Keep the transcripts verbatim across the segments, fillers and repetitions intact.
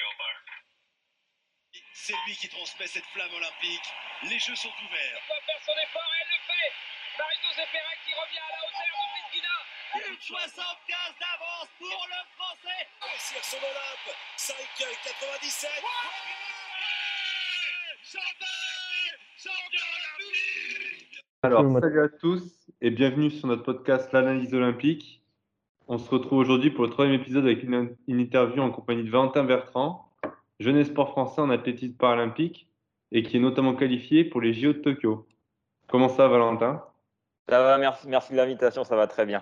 C'est lui qui transmet cette flamme olympique. Les jeux sont ouverts. Il doit faire son effort et elle le fait. Marie-Josée Pérec qui revient à la hauteur de Pristina. Une soixante-quinze d'avance pour le Français. Réussir son Olympe. cinq quatre-vingt-dix-sept. Champion olympique. Alors, salut à tous et bienvenue sur notre podcast L'Analyse olympique. On se retrouve aujourd'hui pour le troisième épisode avec une, une interview en compagnie de Valentin Bertrand, jeune espoir français en athlétisme paralympique et qui est notamment qualifié pour les J O de Tokyo. Comment ça, Valentin? Ça va, merci, merci de l'invitation, ça va très bien.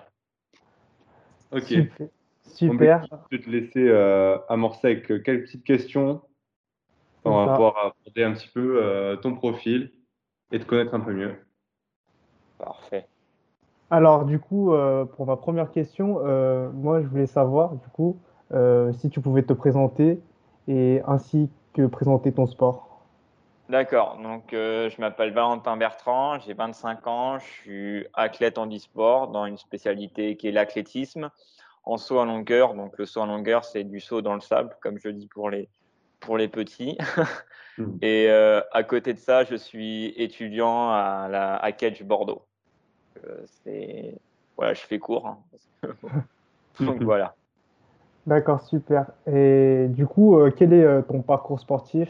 Ok. Super. Super. Bon, je vais te laisser euh, amorcer avec euh, quelques petites questions. On va pouvoir aborder un petit peu euh, ton profil et te connaître un peu mieux. Parfait. Alors, du coup, euh, pour ma première question, euh, moi, je voulais savoir, du coup, euh, si tu pouvais te présenter et ainsi que présenter ton sport. D'accord, donc euh, je m'appelle Valentin Bertrand, j'ai vingt-cinq ans, je suis athlète handisport dans une spécialité qui est l'athlétisme en saut en longueur. Donc le saut en longueur, c'est du saut dans le sable, comme je dis pour les, pour les petits. Mmh. Et euh, à côté de ça, je suis étudiant à, la, à Kedge Bordeaux. Euh, c'est... Voilà, je fais court. Hein. Donc voilà. D'accord, super. Et du coup, euh, quel est euh, ton parcours sportif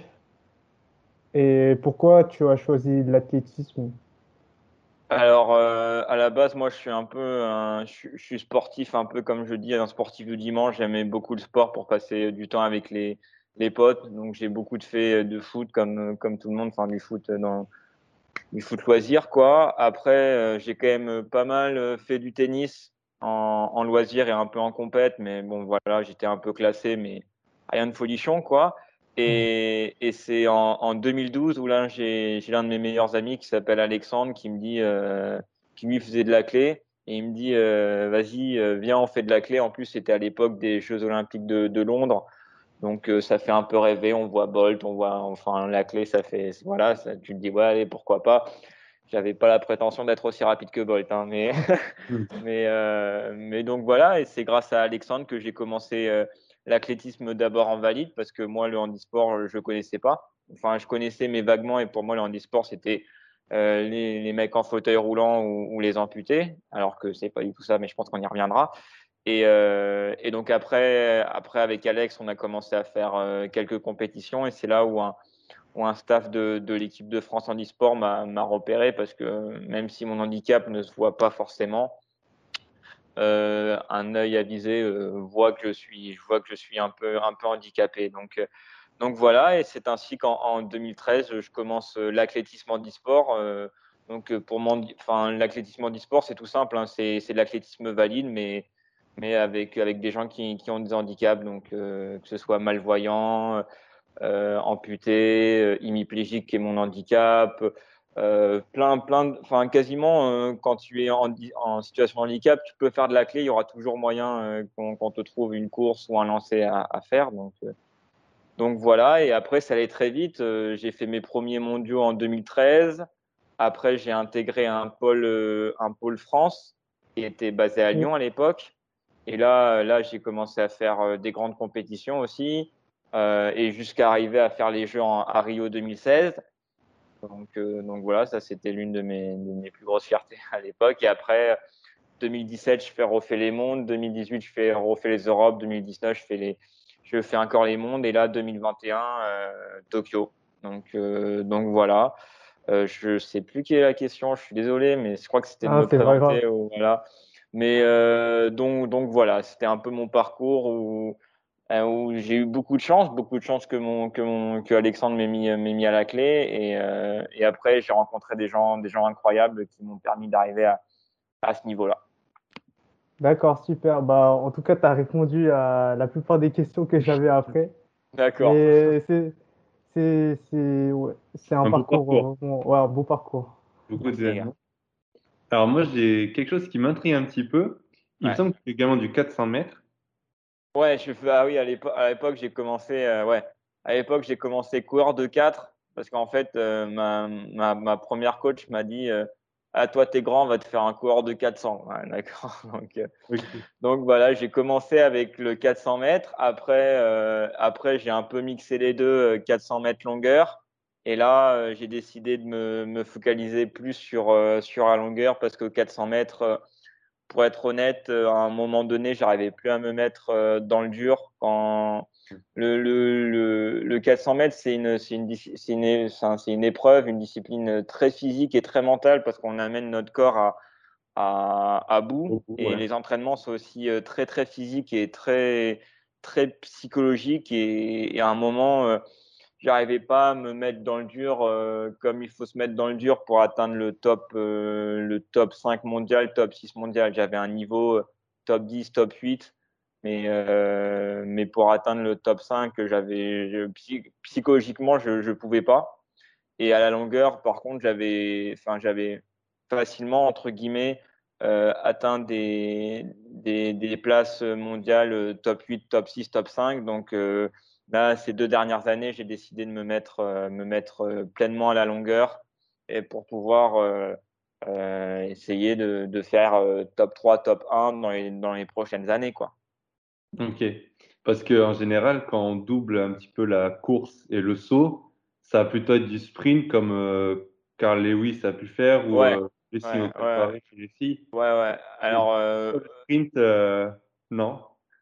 et pourquoi tu as choisi l'athlétisme? Alors, euh, à la base, moi, je suis un peu, un- je, suis je suis sportif, un peu comme je dis, un sportif du dimanche. J'aimais beaucoup le sport pour passer du temps avec les, les potes. Donc, j'ai beaucoup de fait de foot, comme, comme tout le monde, enfin, du foot dans, du foot loisir, quoi. Après, euh, j'ai quand même pas mal fait du tennis en, en loisir et un peu en compète, mais bon, voilà, j'étais un peu classé, mais rien de folichon, quoi. Et, et c'est en, en deux mille douze où là, j'ai, j'ai l'un de mes meilleurs amis qui s'appelle Alexandre qui me dit, euh, qui lui faisait de la clé. Et il me dit, euh, vas-y, euh, viens, on fait de la clé. En plus, c'était à l'époque des Jeux Olympiques de, de Londres. Donc, euh, ça fait un peu rêver. On voit Bolt, on voit, enfin, la clé, ça fait, voilà, ça, tu te dis, ouais, allez, pourquoi pas. J'avais pas la prétention d'être aussi rapide que Bolt, hein, mais, mais, euh, mais donc voilà. Et c'est grâce à Alexandre que j'ai commencé euh, l'athlétisme d'abord en valide, parce que moi, le handisport, je connaissais pas. Enfin, je connaissais, mais vaguement. Et pour moi, le handisport, c'était euh, les, les mecs en fauteuil roulant ou, ou les amputés, alors que c'est pas du tout ça, mais je pense qu'on y reviendra. Et, euh, et donc après, après, avec Alex, on a commencé à faire euh, quelques compétitions et c'est là où un, où un staff de, de l'équipe de France handisport m'a, m'a repéré parce que même si mon handicap ne se voit pas forcément, euh, un œil avisé euh, voit que je suis, je vois que je suis un peu, un peu handicapé. Donc, euh, donc voilà, et c'est ainsi qu'en en deux mille treize, je commence euh, l'athlétisme handisport. Euh, donc euh, pour mon, enfin l'athlétisme handisport, c'est tout simple, hein, c'est, c'est de l'athlétisme valide, mais mais avec avec des gens qui, qui ont des handicaps, donc euh, que ce soit malvoyant, euh, amputé, euh, hémiplégique qui est mon handicap, euh, plein plein, enfin quasiment euh, quand tu es en, en situation de handicap, tu peux faire de la clé, il y aura toujours moyen euh, qu'on, qu'on te trouve une course ou un lancer à, à faire, donc euh, donc voilà. Et après ça allait très vite. Euh, j'ai fait mes premiers mondiaux en deux mille treize. Après j'ai intégré un pôle euh, un pôle France qui était basé à Lyon à l'époque. Et là, là, j'ai commencé à faire euh, des grandes compétitions aussi, euh, et jusqu'à arriver à faire les Jeux en, à Rio deux mille seize. Donc, euh, donc voilà, ça c'était l'une de mes, de mes plus grosses fiertés à l'époque. Et après, deux mille dix-sept, je fais refait les mondes. deux mille dix-huit, je fais refait les Europes. deux mille dix-neuf, je fais les, je fais encore les mondes. Et là, deux mille vingt et un, euh, Tokyo. Donc, euh, donc voilà. Euh, je sais plus quelle est la question. Je suis désolé, mais je crois que c'était de Ah, me c'est pas grave. présenter. Ou, voilà. Mais euh, donc, donc voilà, c'était un peu mon parcours où, euh, où j'ai eu beaucoup de chance, beaucoup de chance que mon que mon que Alexandre m'ait mis m'ait mis à la clé et euh, et après j'ai rencontré des gens des gens incroyables qui m'ont permis d'arriver à à ce niveau-là. D'accord, super. Bah, en tout cas, tu as répondu à la plupart des questions que j'avais après. D'accord. Mais c'est c'est c'est ouais, c'est un Un beau parcours parcours, euh, vraiment- ouais, un beau parcours. beaucoup Merci les gars. d'événements. Alors moi, j'ai quelque chose qui m'intrigue un petit peu. Il me Ouais. semble que tu es également du quatre cents mètres. Ouais, je fais ah oui à l'époque à l'époque j'ai commencé euh, ouais à l'époque j'ai commencé coureur de quatre parce qu'en fait euh, ma, ma ma première coach m'a dit euh, ah, toi, t'es grand, on va te faire un coureur de quatre cents. Ouais, d'accord. Donc, euh, Ok. donc voilà, j'ai commencé avec le quatre cents mètres. Après, euh, après j'ai un peu mixé les deux, euh, quatre cents mètres longueur. Et là, euh, j'ai décidé de me, me focaliser plus sur, euh, sur la longueur parce que quatre cents mètres, euh, pour être honnête, euh, à un moment donné, j'arrivais plus à me mettre euh, dans le dur. Quand le, le, le, le quatre cents mètres, c'est une, c'est une, dis- c'est une, c'est un- c'est une épreuve, une discipline très physique et très mentale parce qu'on amène notre corps à, à, à bout. Au bout, Et ouais. les entraînements sont aussi euh, très, très physiques et très, très psychologiques. Et, et à un moment, euh, j'arrivais pas à me mettre dans le dur euh, comme il faut se mettre dans le dur pour atteindre le top, euh, le top cinq mondial, top six mondial. J'avais un niveau euh, top dix, top huit. Mais, euh, mais pour atteindre le top cinq, j'avais, je- psy- psychologiquement, je ne pouvais pas. Et à la longueur, par contre, j'avais, enfin, j'avais facilement, entre guillemets, euh, atteint des, des, des places mondiales euh, top huit, top six, top cinq. Donc euh, là, ces deux dernières années, j'ai décidé de me mettre, euh, me mettre euh, pleinement à la longueur et pour pouvoir euh, euh, essayer de, de faire euh, top trois, top un dans les, dans les prochaines années, quoi. Ok. Parce que en général, quand on double un petit peu la course et le saut, ça va plutôt être du sprint comme euh, Carl Lewis a pu faire ou Ouais, euh, Racing ouais, ouais, Okapare chez Jessie. ouais, ouais. Et Alors, euh, le sprint, euh, non.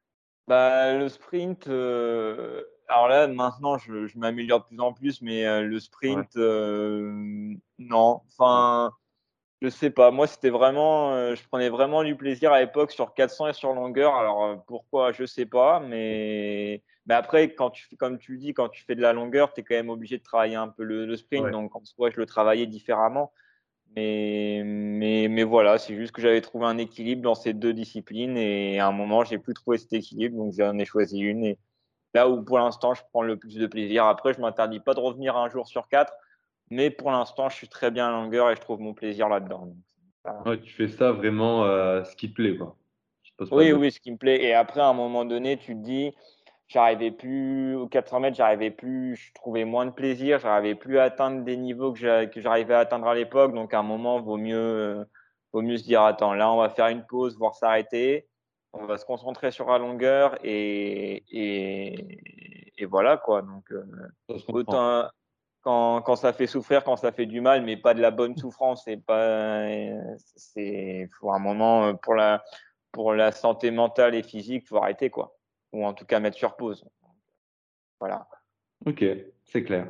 bah, le sprint, euh, alors là, maintenant, je, je m'améliore de plus en plus, mais euh, le Ouais. sprint, euh, non. Ouais. Enfin, je sais pas. Moi, c'était vraiment, euh, je prenais vraiment du plaisir à l'époque sur quatre cents et sur longueur. Alors, euh, pourquoi, je sais pas, mais, mais après, quand tu, fais- comme tu le dis, quand tu fais de la longueur, tu es quand même obligé de travailler un peu le, le sprint. Ouais. Donc, en soi, je le travaillais différemment. Mais, mais, mais voilà, c'est juste que j'avais trouvé un équilibre dans ces deux disciplines et à un moment, j'ai plus trouvé cet équilibre, donc j'en ai choisi une. Et là où pour l'instant, je prends le plus de plaisir. Après, je m'interdis pas de revenir un jour sur quatre, mais pour l'instant, je suis très bien à la longueur et je trouve mon plaisir là-dedans. Donc, ça- Ouais, tu fais ça vraiment euh, ce qui te plaît, quoi. Tu te poses pas Oui, de... oui, ce qui me plaît. Et après, à un moment donné, tu te dis, j'arrivais plus, aux quatre cents mètres, j'arrivais plus, je trouvais moins de plaisir, j'arrivais plus à atteindre des niveaux que j'a- que j'arrivais à atteindre à l'époque. Donc, à un moment, vaut mieux, euh, vaut mieux se dire, attends, là, on va faire une pause, voire s'arrêter. On va se concentrer sur la longueur et, et, et voilà, quoi. Donc, euh, Ça se comprend. autant quand, quand ça fait souffrir, quand ça fait du mal, mais pas de la bonne souffrance. C'est pas, c'est, faut un moment euh, pour la, pour la santé mentale et physique, faut arrêter, quoi. Ou en tout cas mettre sur pause. Voilà. Ok, c'est clair.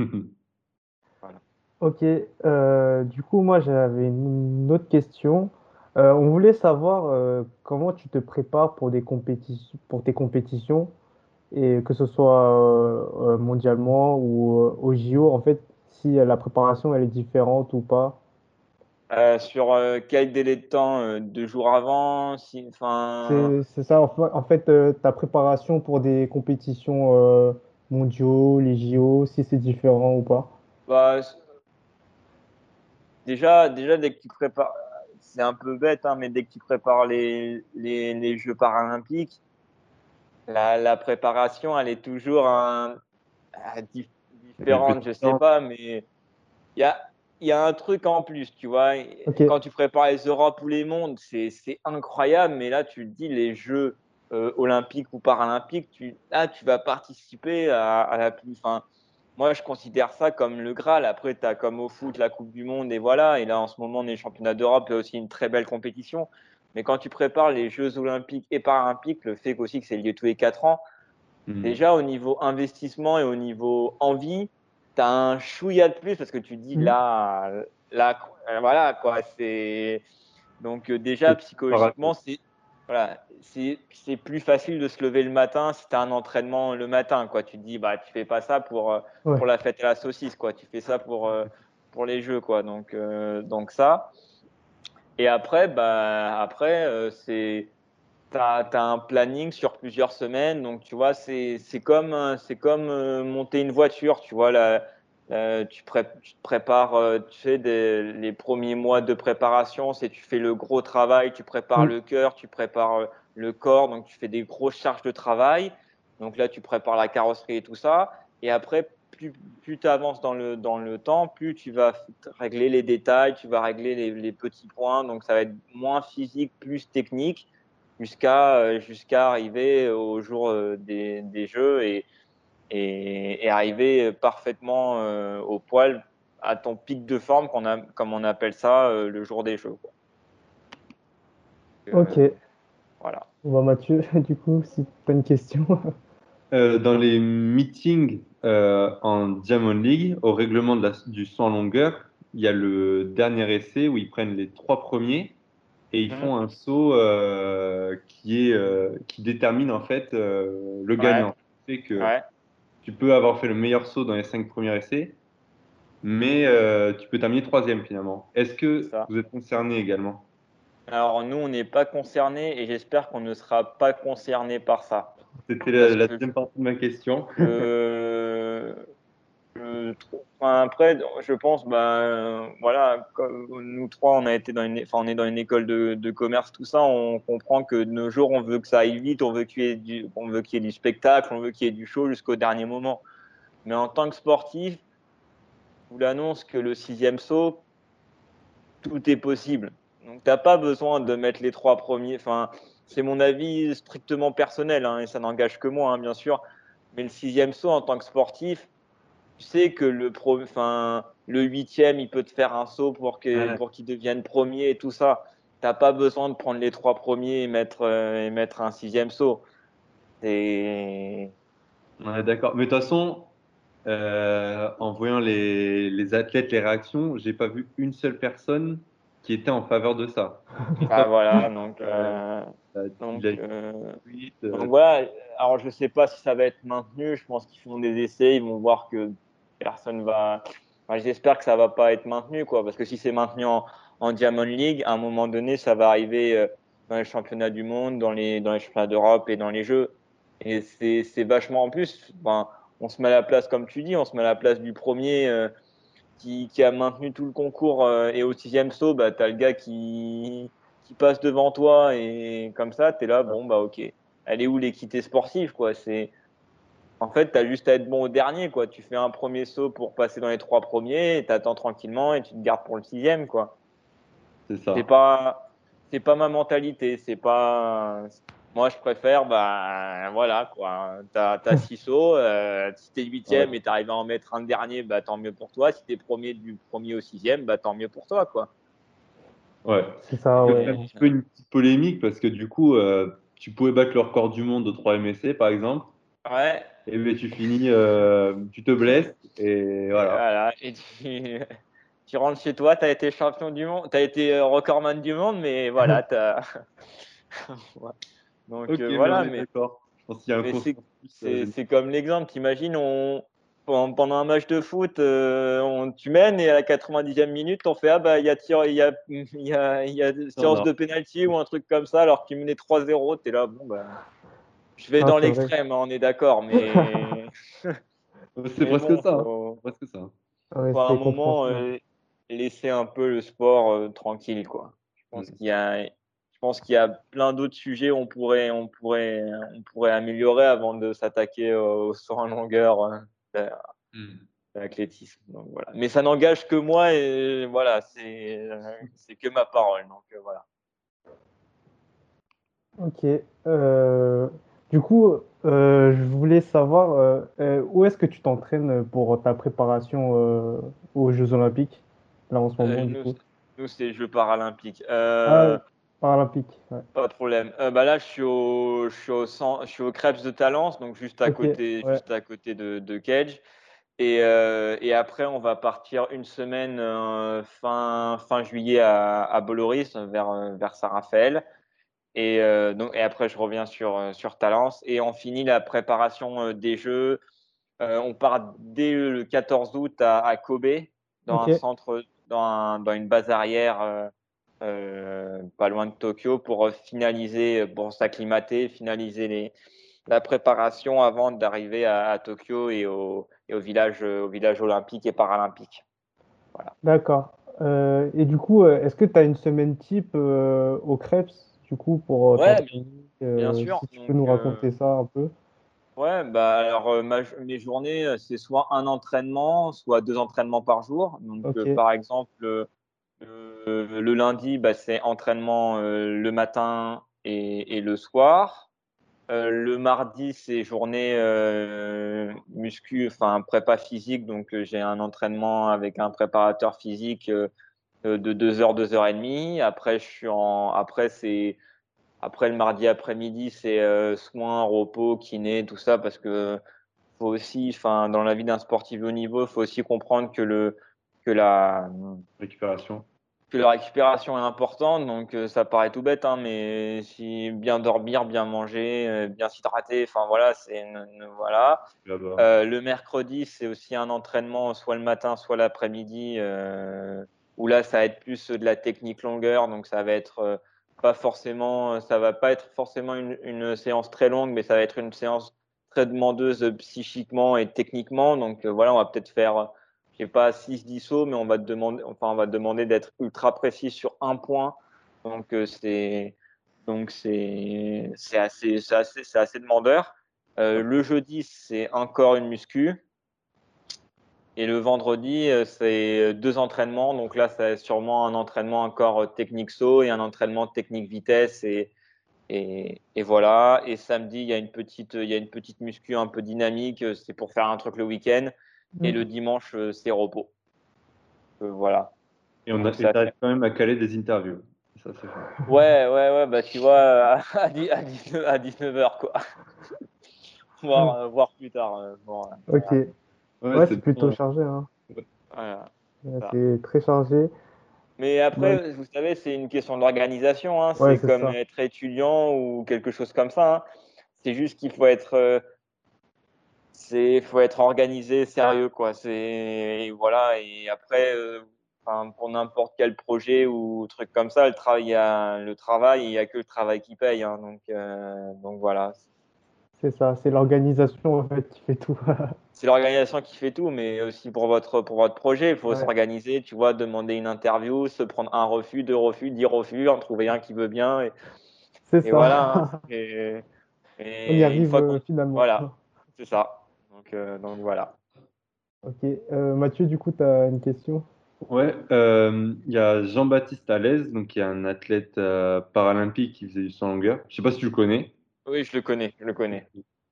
Voilà. Ok, euh, du coup, moi j'avais une autre question. Euh, on voulait savoir euh, comment tu te prépares pour des compétitions, pour tes compétitions, et que ce soit euh, euh, mondialement ou euh, au J O, en fait, si euh, la préparation elle est différente ou pas. Euh, sur euh, quel délai de temps? Euh, deux jours avant? Si, enfin, C'est, c'est ça, en fait, en fait, euh, ta préparation pour des compétitions euh, mondiaux, les J O, si c'est différent ou pas. bah, déjà, déjà, dès que tu prépares, c'est un peu bête, hein, mais dès que tu prépares les, les, les Jeux paralympiques, la, la préparation, elle est toujours un, ah, dif- Elle est un peu différente, je sais différente. pas, mais il y a, il y a un truc en plus, tu vois. Ok. Quand tu prépares les Europes ou les mondes, c'est, c'est incroyable, mais là, tu te dis, les Jeux euh, olympiques ou paralympiques, tu, là, tu vas participer à, à la plus. Enfin, moi, je considère ça comme le Graal. Après, tu as comme au foot la Coupe du Monde, et voilà. Et là, en ce moment, on est championnat d'Europe, c'est aussi une très belle compétition. Mais quand tu prépares les Jeux olympiques et paralympiques, le fait aussi que c'est lieu tous les quatre ans, Hmm. déjà, au niveau investissement et au niveau envie, tu as un chouïa de plus parce que tu dis Hmm. là, là, euh, voilà, quoi. C'est donc euh, déjà C'est pas psychologiquement, raté. c'est voilà, c'est c'est plus facile de se lever le matin si tu as un entraînement le matin, quoi. Tu te dis bah tu fais pas ça pour euh, Ouais. pour la fête à la saucisse, quoi. Tu fais ça pour euh, pour les jeux, quoi. Donc euh, donc ça. Et après, bah après euh, c'est T'as, t'as un planning sur plusieurs semaines, donc tu vois, c'est, c'est comme, euh, c'est comme euh, monter une voiture, tu vois, là, là, tu, pré- tu te prépares, euh, tu sais, des, les premiers mois de préparation, c'est tu fais le gros travail, tu prépares Hmm. le cœur, tu prépares euh, le corps, donc tu fais des grosses charges de travail. Donc là, tu prépares la carrosserie et tout ça. Et après, plus, plus tu avances dans le, dans le temps, plus tu vas régler les détails, tu vas régler les, les petits points. Donc, ça va être moins physique, plus technique, jusqu'à euh, jusqu'à arriver au jour euh, des, des jeux et, et, et arriver parfaitement euh, au poil à ton pic de forme, qu'on a, comme on appelle ça, euh, le jour des jeux, quoi. Euh, Ok. Voilà. Bon, bah, Mathieu, du coup, si tu as une question. Euh, dans les meetings euh, en Diamond League, au règlement de la- du saut en longueur, il y a le dernier essai où ils prennent les trois premiers et ils Mhm. font un saut euh, qui est, euh, qui détermine en fait euh, le Ouais, gagnant. C'est que ouais. tu peux avoir fait le meilleur saut dans les cinq premiers essais, mais euh, tu peux terminer troisième finalement. Est-ce C'est que ça. vous êtes concerné également? Alors nous, on n'est pas concernés et j'espère qu'on ne sera pas concernés par ça. C'était la, Parce la que deuxième partie de ma question. je, je trouve- enfin, après, je pense, ben, voilà, comme nous trois, on a été dans une, enfin, on est dans une école de, de commerce, tout ça, on comprend que de nos jours, on veut que ça aille vite, on veut qu'il y ait du, on veut qu'il y ait du spectacle, on veut qu'il y ait du show jusqu'au dernier moment. Mais en tant que sportif, je vous l'annonce que le sixième saut, tout est possible. Donc, t'as pas besoin de mettre les trois premiers. Enfin, c'est mon avis strictement personnel, hein, et ça n'engage que moi, hein, bien sûr. Mais le sixième saut, en tant que sportif, tu sais que le pro, enfin, le huitième, il peut te faire un saut pour que, Ouais. pour qu'il devienne premier et tout ça. T'as pas besoin de prendre les trois premiers et mettre, euh, et mettre un sixième saut. C'est, Ouais, d'accord. Mais de toute façon, euh, en voyant les, les athlètes, les réactions, j'ai pas vu une seule personne qui était en faveur de ça. ah, voilà, donc, Euh, euh, euh, il donc, a dit euh, tweet, Donc euh, voilà, alors je sais pas si ça va être maintenu, je pense qu'ils font des essais, ils vont voir que personne va. Enfin, j'espère que ça va pas être maintenu, quoi, parce que si c'est maintenu en, en Diamond League, à un moment donné, ça va arriver euh, dans les championnats du monde, dans les, dans les championnats d'Europe et dans les Jeux. Et c'est, c'est vachement en plus. Enfin, on se met à la place, comme tu dis, on se met à la place du premier euh, qui, qui a maintenu tout le concours euh, et au sixième saut, bah, t'as le gars qui, qui passe devant toi et comme ça, t'es là, bon, bah, ok. Elle est où l'équité sportive, quoi? C'est, en fait, t'as juste à être bon au dernier, quoi. Tu fais un premier saut pour passer dans les trois premiers, et t'attends tranquillement et tu te gardes pour le sixième, quoi. c'est C'est ça. pas, c'est pas ma mentalité, c'est pas, moi, je préfère, bah, voilà, quoi. T'as, t'as six sauts, euh, si t'es huitième Ouais. et t'arrives à en mettre un dernier, bah, tant mieux pour toi. Si t'es premier du premier au sixième, bah, tant mieux pour toi, quoi. Ouais. C'est ça, Ça ouais. fait un petit peu une petite polémique parce que du coup, euh, tu pouvais battre le record du monde de trois M S C par exemple, Ouais, et ben, tu finis, euh, tu te blesses et et voilà. voilà. Et tu, tu rentres chez toi, t'as été champion du monde, t'as été euh, recordman du monde, mais voilà, t'as, ouais. Donc, Ok, euh, mais on voilà, est mais d'accord. Je pense qu'il y a un Mais c'est, consensus euh, c'est, général. c'est comme l'exemple, t'imagines, on, pendant, pendant un match de foot, euh, on, tu mènes et à la quatre-vingt-dixième minute, on fait, ah bah, il y a tir, il y a, il y a, il y a Non, séance non. de pénalty ou un truc comme ça, alors que tu menais trois zéro, t'es là, bon, bah, je vais Non, dans c'est vrai. l'extrême, hein, on est d'accord, mais, C'est mais presque bon, ça, hein. faut, C'est presque ça. Ouais, faut à un c'est moment, compréhensible. euh, laisser un peu le sport, euh, tranquille, quoi. Je pense Mm. qu'il y a, je pense qu'il y a plein d'autres sujets on pourrait, on pourrait, on pourrait améliorer avant de s'attaquer au, au saut en longueur. euh, Mm. l'athlétisme. Donc voilà. Mais ça n'engage que moi et voilà, c'est euh, c'est que ma parole. Donc euh, voilà. Ok. Euh, du coup, euh, je voulais savoir euh, euh, où est-ce que tu t'entraînes pour ta préparation euh, aux Jeux Olympiques, là en ce Euh, moment, du nous, coup. nous c'est Jeux paralympiques. Ah, Euh, Paralympique. Ouais. pas de problème. Euh, bah là, je suis au, je suis au, cen- je suis au Crêpes de Talence, donc juste à Ok, côté, ouais. juste à côté de, de Cage. Et, euh, et après, on va partir une semaine euh, fin, fin juillet à, à Boloris, vers, euh, vers Saint-Raphaël. Et, euh, donc, et après, je reviens sur, euh, sur Talence. Et on finit la préparation euh, des Jeux. Euh, on part dès le quatorze août à, à Kobe, dans Ok, un centre, dans, un- dans une base arrière euh, euh, pas loin de Tokyo, pour finaliser, pour s'acclimater, finaliser les, la préparation avant d'arriver à, à Tokyo et au, et au village, au village olympique et paralympique. Voilà. d'accord. Euh, et du coup, euh, est-ce que tu as une semaine type euh, au Crêpes, du coup, pour euh, Ouais, t'entraîner? bien Euh, sûr. si tu peux Donc, nous euh, raconter ça un peu. Ouais, bah alors euh, ma, mes journées, euh, c'est soit un entraînement, soit deux entraînements par jour. Donc, Ok, euh, par exemple, euh, le, le lundi, bah, c'est entraînement euh, le matin et, et le soir. Euh, le mardi, c'est journée euh, muscu, enfin prépa physique. Donc, euh, j'ai un entraînement avec un préparateur physique euh, euh, de deux heures, deux heures et demie. Après, je suis en, après, c'est après le mardi après-midi, c'est euh, soins, repos, kiné, tout ça, parce que faut aussi, enfin, dans la vie d'un sportif de haut niveau, il faut aussi comprendre que le que la Récupération. que la récupération est importante. Donc euh, ça paraît tout bête, hein, mais si bien dormir, bien manger, euh, bien s'hydrater, enfin voilà, c'est une- une- voilà. Là-bas. Euh, le mercredi, c'est aussi un entraînement, soit le matin, soit l'après-midi, euh, où là, ça va être plus de la technique longueur, donc ça va être euh, pas forcément, ça va pas être forcément une, une séance très longue, mais ça va être une séance très demandeuse psychiquement et techniquement. Donc euh, voilà, on va peut-être faire, je sais pas, six dix sauts, mais on va te demander, enfin, on va te demander d'être ultra précis sur un point. Donc euh, c'est, donc c'est, c'est assez, c'est assez, c'est assez demandeur. Euh, le jeudi, c'est encore une muscu. Et le vendredi, euh, c'est deux entraînements. Donc là, c'est sûrement un entraînement encore euh, technique saut et un entraînement technique vitesse. Et, et, et voilà. Et samedi, il y a une petite, il y a une petite muscu un peu dynamique. euh, C'est pour faire un truc le week-end. Et le Mm. dimanche, euh, c'est repos. Euh, voilà. Et on a, Donc et ça t'arrives fait. quand même à caler des interviews. Ça, c'est fort. Ouais, ouais, ouais. Bah, tu vois, à, dix à dix-neuf à dix-neuf heures, quoi. Voir, euh, voir plus tard. euh, bon, euh, ok. voilà. Ouais, Ouais, c'est c'est plutôt bien. chargé, hein. Voilà, Ouais, ça. c'est très chargé. Mais Bah, après, vous savez, c'est une question d'organisation, hein. ouais, C'est c'est comme ça. être étudiant ou quelque chose comme ça, hein. C'est juste qu'il faut être, euh, c'est, faut être organisé, sérieux, quoi. C'est, et voilà. Et après, euh, enfin, pour n'importe quel projet ou truc comme ça, le travail, il y a le travail, il y a que le travail qui paye, hein. Donc, euh, donc voilà. C'est ça. C'est l'organisation, en fait, qui fait tout. C'est l'organisation qui fait tout, mais aussi pour votre, pour votre projet, il faut Ouais, s'organiser, tu vois, demander une interview, se prendre un refus, deux refus, dix refus, en trouver un qui veut bien. Et, c'est et voilà, hein. ça. Et, On y et une arrive fois euh, qu'on. finalement. Voilà, c'est ça. Donc, euh, donc voilà. Ok. Euh, Mathieu, du coup, tu as une question? Ouais, euh, il y a Jean-Baptiste Alès, donc qui est un athlète euh, paralympique qui faisait du saut en longueur. Je sais pas si tu le connais, Oui, je le connais, je le connais.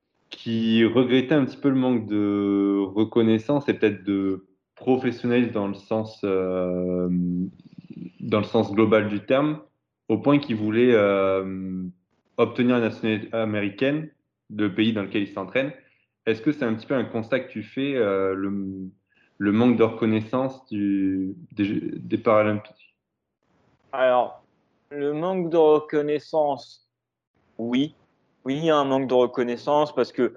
qui regrettait un petit peu le manque de reconnaissance et peut-être de professionnalisme dans le sens euh, dans le sens global du terme, au point qu'il voulait euh, obtenir la nationalité américaine, le pays dans lequel il s'entraîne. Est-ce que c'est un petit peu un constat que tu fais, euh, le, le manque de reconnaissance du, des, des Paralympiques? Alors, le manque de reconnaissance, oui. Oui, il y a un manque de reconnaissance parce que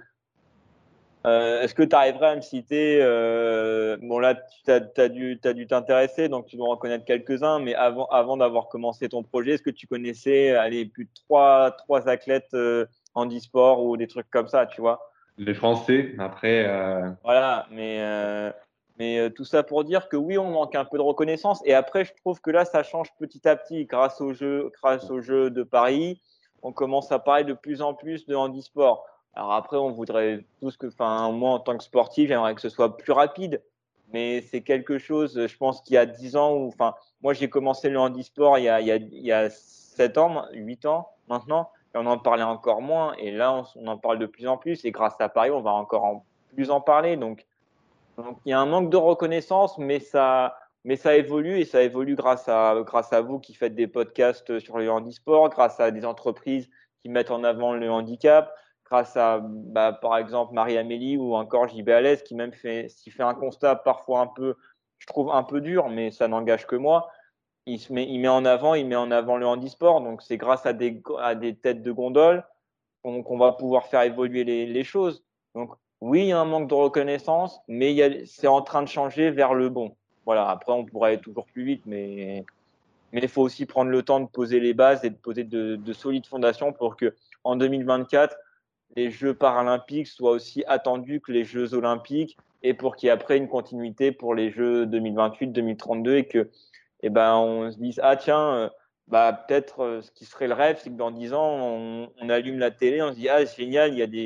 Euh, est-ce que tu arriverais à me citer, euh, bon là tu as, dû, t'as dû t'intéresser, donc tu dois en connaître quelques-uns, mais avant, avant d'avoir commencé ton projet, est-ce que tu connaissais allez, plus de trois, trois athlètes euh, handisport ou des trucs comme ça, tu vois? Les Français, après, euh, Voilà, mais, euh, mais euh, tout ça pour dire que oui, on manque un peu de reconnaissance. Et après, je trouve que là, ça change petit à petit grâce au jeu, grâce au jeu de Paris. On commence à parler de plus en plus de handisport. Alors après, on voudrait tous que, enfin, moi, en tant que sportif, j'aimerais que ce soit plus rapide. Mais c'est quelque chose, je pense qu'il y a dix ans, ou, enfin, moi, j'ai commencé le handisport il y a, il y a, il y a sept ans, huit ans maintenant, et on en parlait encore moins. Et là, on, on en parle de plus en plus. Et grâce à Paris, on va encore en plus en parler. Donc, donc il y a un manque de reconnaissance, mais ça, mais ça évolue et ça évolue grâce à, grâce à vous qui faites des podcasts sur le handisport, grâce à des entreprises qui mettent en avant le handicap, grâce à, bah, par exemple, Marie-Amélie ou encore J B Alès qui même fait, qui fait un constat parfois un peu, je trouve un peu dur, mais ça n'engage que moi. Il se met, il met en avant, il met en avant le handisport. Donc c'est grâce à des, à des têtes de gondole qu'on qu'on va pouvoir faire évoluer les, les choses. Donc, oui, il y a un manque de reconnaissance, mais il y a, c'est en train de changer vers le bon. Voilà, après, on pourrait aller toujours plus vite, mais mais il faut aussi prendre le temps de poser les bases et de poser de, de solides fondations pour que en deux mille vingt-quatre, les Jeux paralympiques soient aussi attendus que les Jeux olympiques et pour qu'il y ait après une continuité pour les Jeux deux mille vingt-huit, deux mille trente-deux et que eh ben, on se dise, ah tiens, euh, bah, peut-être euh, ce qui serait le rêve, c'est que dans dix ans, on, on allume la télé, on se dit, ah c'est génial, il y a des,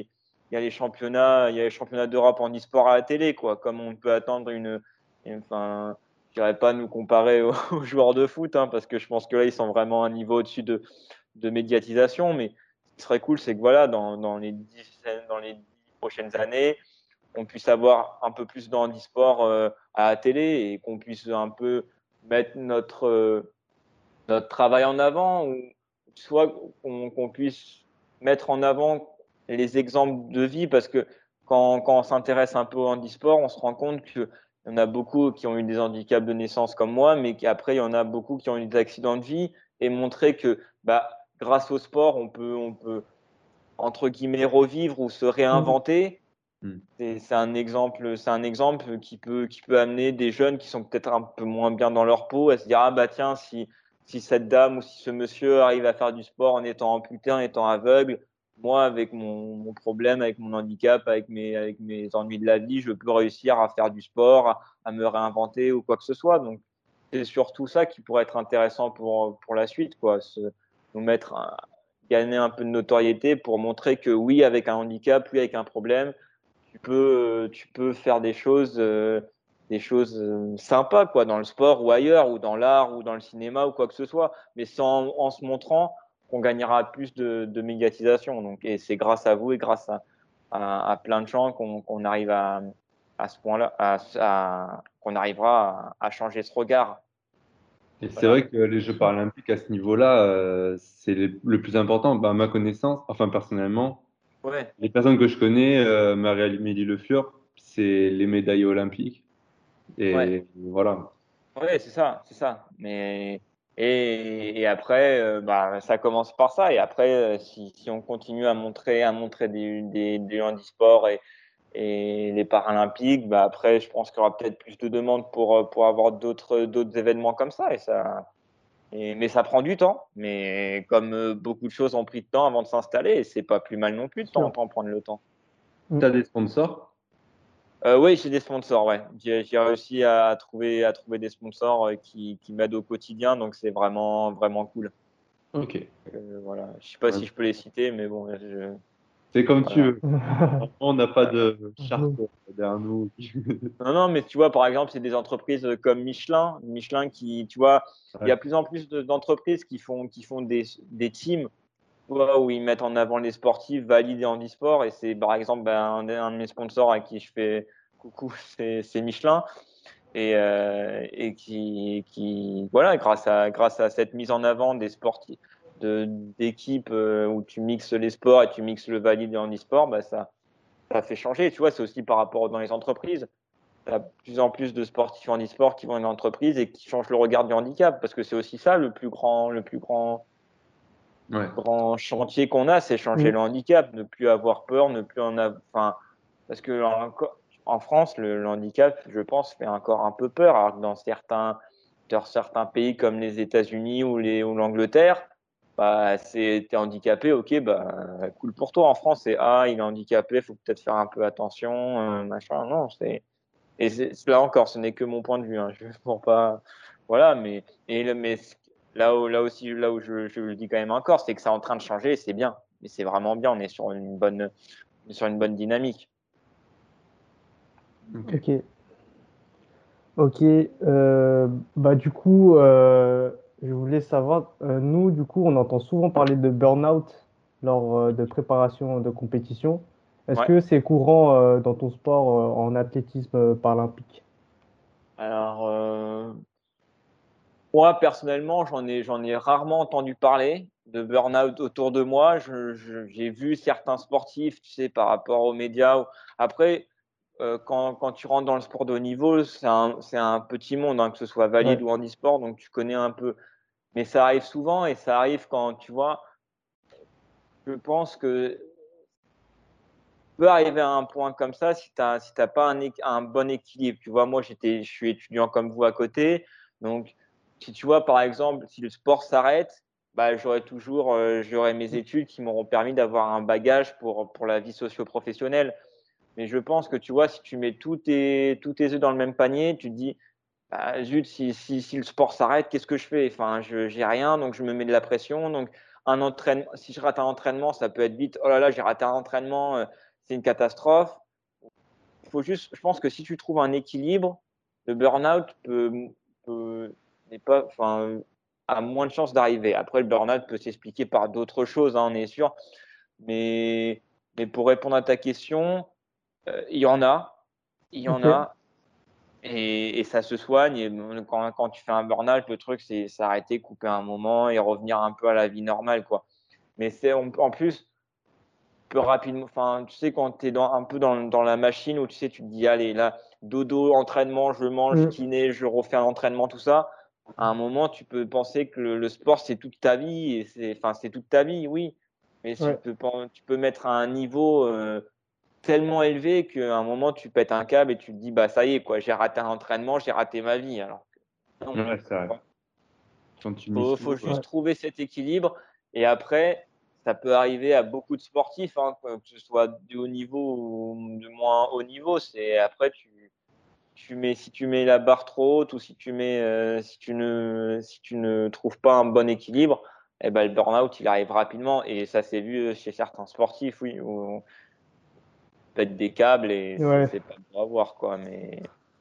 il y a les championnats, il y a les championnats d'Europe en e-sport à la télé, quoi. Comme on peut attendre une, une enfin, je dirais pas nous comparer aux, aux joueurs de foot, hein, parce que je pense que là, ils sont vraiment à un niveau au-dessus de, de médiatisation. Mais ce qui serait cool, c'est que voilà, dans, dans les dix, dans les dix prochaines années, on puisse avoir un peu plus de handisport euh, à la télé et qu'on puisse un peu mettre notre, euh, notre travail en avant, ou soit qu'on qu'on puisse mettre en avant les exemples de vie, parce que quand, quand on s'intéresse un peu au handisport, on se rend compte qu'il y en a beaucoup qui ont eu des handicaps de naissance comme moi, mais qu'après, il y en a beaucoup qui ont eu des accidents de vie, et montrer que bah, grâce au sport, on peut, on peut, entre guillemets, revivre ou se réinventer. Mm. C'est c'est un exemple, c'est un exemple qui peut, qui peut amener des jeunes qui sont peut-être un peu moins bien dans leur peau à se dire, ah bah tiens, si, si cette dame ou si ce monsieur arrive à faire du sport en étant amputé, en étant aveugle, moi, avec mon, mon problème, avec mon handicap, avec mes, avec mes ennuis de la vie, je peux réussir à faire du sport, à, à me réinventer ou quoi que ce soit. Donc, c'est surtout ça qui pourrait être intéressant pour, pour la suite, quoi. Se, nous mettre, un- gagner un peu de notoriété pour montrer que oui, avec un handicap, oui, avec un problème, tu peux, tu peux faire des choses, euh, des choses euh, sympas, quoi, dans le sport ou ailleurs, ou dans l'art, ou dans le cinéma, ou quoi que ce soit, mais sans, en se montrant qu'on gagnera plus de, de médiatisation. Donc, et c'est grâce à vous et grâce à, à, à plein de gens qu'on qu'on arrive à, à ce point-là, à, à- qu'on arrivera à, à changer ce regard. Et c'est Voilà. vrai que les Jeux paralympiques à ce niveau-là, euh, c'est le, le plus important. Bah, à ma connaissance, enfin personnellement, Ouais. les personnes que je connais, euh, Marie-Amélie Le Fur, c'est les médailles olympiques. Ouais. Et voilà. Ouais, c'est ça, c'est ça. Mais et, et après, euh, bah, ça commence par ça. Et après, euh, si, si on continue à montrer, à montrer des, des, des handisports et, et les Paralympiques, bah après, je pense qu'il y aura peut-être plus de demandes pour, euh, pour avoir d'autres, d'autres événements comme ça. Et ça, et, mais ça prend du temps. Mais comme euh, beaucoup de choses ont pris de temps avant de s'installer, et c'est pas plus mal non plus de temps en Sûr. temps prendre le temps. Mm. Tu as des sponsors? Euh, oui, j'ai des sponsors, ouais. J'ai j'ai réussi à trouver, à trouver des sponsors euh, qui, qui m'aident au quotidien, donc c'est vraiment, vraiment cool. Ok. Euh, voilà. Je sais pas Ouais. si je peux les citer, mais bon, je, C'est comme tu voilà. veux. On n'a pas Euh, de charte derrière nous. Non, non, mais tu vois, par exemple, c'est des entreprises comme Michelin, Michelin qui, tu vois, il y Ouais. a plus en plus de- d'entreprises qui font, qui font des, des teams, tu vois, où ils mettent en avant les sportifs validés en e-sport. Et c'est, par exemple, ben, un, de un de mes sponsors à qui je fais coucou, c'est c'est Michelin. Et, euh, et qui, qui, voilà, grâce à, grâce à cette mise en avant des sportifs, de, d'équipes euh, où tu mixes les sports et tu mixes le valide en e-sport, bah, ça, ça fait changer. Tu vois, c'est aussi par rapport dans les entreprises. Il y a de plus en plus de sportifs en e-sport qui vont dans une entreprise et qui changent le regard du handicap, parce que c'est aussi ça le plus grand, le plus grand, Ouais. grand chantier qu'on a, c'est changer Mm. le handicap, ne plus avoir peur, ne plus en avoir, enfin, parce que encore, en France, le, le handicap, je pense, fait encore un peu peur. Alors que dans certains, dans certains pays comme les États-Unis ou les, ou l'Angleterre, bah, c'est, t'es handicapé, ok, bah, cool pour toi. En France, c'est, ah, il est handicapé, faut peut-être faire un peu attention, euh, machin. Non, c'est, et c'est, là encore, ce n'est que mon point de vue, hein. Je pour pas, voilà, mais, et le, mais là où, là aussi, là où je, je le dis quand même encore, c'est que c'est en train de changer et c'est bien. Mais c'est vraiment bien. On est sur une bonne, on est sur une bonne dynamique. Ok. Ok. Ok. Euh, bah du coup, euh, je voulais savoir, euh, nous, du coup, on entend souvent parler de burn-out lors euh, de préparation de compétition. Est-ce Ouais. que c'est courant euh, dans ton sport euh, en athlétisme euh, paralympique? Alors, euh, moi, personnellement, j'en ai, j'en ai rarement entendu parler de burn-out autour de moi. Je, je- j'ai vu certains sportifs, tu sais, par rapport aux médias. Après, euh, quand, quand tu rentres dans le sport de haut niveau, c'est un, c'est un petit monde, hein, que ce soit Ouais. valide ou handisport, donc tu connais un peu. Mais ça arrive souvent et ça arrive quand, tu vois, je pense que peut arriver à un point comme ça si tu n'as si t'as pas un, un bon équilibre. Tu vois, moi, j'étais, je suis étudiant comme vous à côté. Donc, si tu vois, par exemple, si le sport s'arrête, bah, j'aurai toujours euh, j'aurai mes études qui m'auront permis d'avoir un bagage pour, pour la vie socio-professionnelle. Mais je pense que, tu vois, si tu mets tous tes, tous tes œufs dans le même panier, tu te dis, bah, zut, si, si, si le sport s'arrête, qu'est-ce que je fais? Enfin, je j'ai rien, donc je me mets de la pression. Donc, un entraînement, si je rate un entraînement, ça peut être vite, oh là là, j'ai raté un entraînement. euh, c'est une catastrophe. Il faut juste, je pense que si tu trouves un équilibre, le burn-out peut, peut n'est pas, enfin, a moins de chances d'arriver. Après, le burn-out peut s'expliquer par d'autres choses, hein, on est sûr. Mais, mais pour répondre à ta question, euh, il y en a, il y en Ok. a, et, et ça se soigne. Et quand, quand tu fais un burn-out, le truc, c'est s'arrêter, couper un moment et revenir un peu à la vie normale, quoi. Mais c'est en, en plus, peu rapidement. Enfin, tu sais, quand tu es dans, un peu dans, dans la machine où tu sais, tu te dis, allez, là, dodo, entraînement, je mange, Mm. kiné, je refais un entraînement, tout ça. À un moment, tu peux penser que le, le sport, c'est toute ta vie. Et c'est, enfin, c'est toute ta vie, oui. Mais tu Ouais. peux, pen- tu peux mettre à un niveau euh, tellement élevé qu'à un moment, tu pètes un câble et tu te dis, bah, ça y est, quoi, j'ai raté un entraînement, j'ai raté ma vie. Alors que non. Ouais, c'est vrai. Quand tu mises Faut, tout, faut euh, juste Ouais. trouver cet équilibre. Et après, ça peut arriver à beaucoup de sportifs, hein, que ce soit du haut niveau ou du moins haut niveau. C'est après, tu, tu mets, si tu mets la barre trop haute ou si tu mets, euh, si tu ne, si tu ne trouves pas un bon équilibre, eh ben, le burn-out, il arrive rapidement. Et ça s'est vu chez certains sportifs, oui, où on pète des câbles et c'est, Ouais. c'est pas beau à voir, quoi. Mais,